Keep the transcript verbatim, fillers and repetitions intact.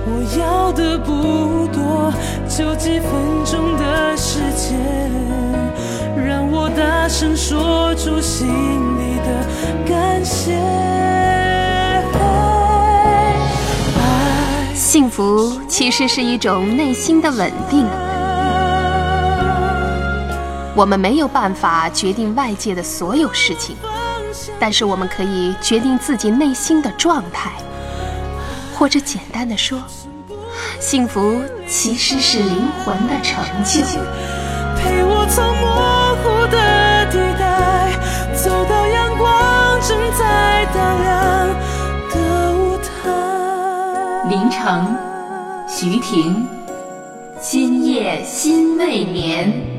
我要的不多，就几分钟的时间，让我大声说出心里的感谢。 幸福其实是一种内心的稳定。我们没有办法决定外界的所有事情，但是我们可以决定自己内心的状态。或者简单的说，幸福其实是灵魂的成就。 陪我从模糊的地带走到阳光正在荡漾的舞台。 凌晨，徐婷，今夜心未眠。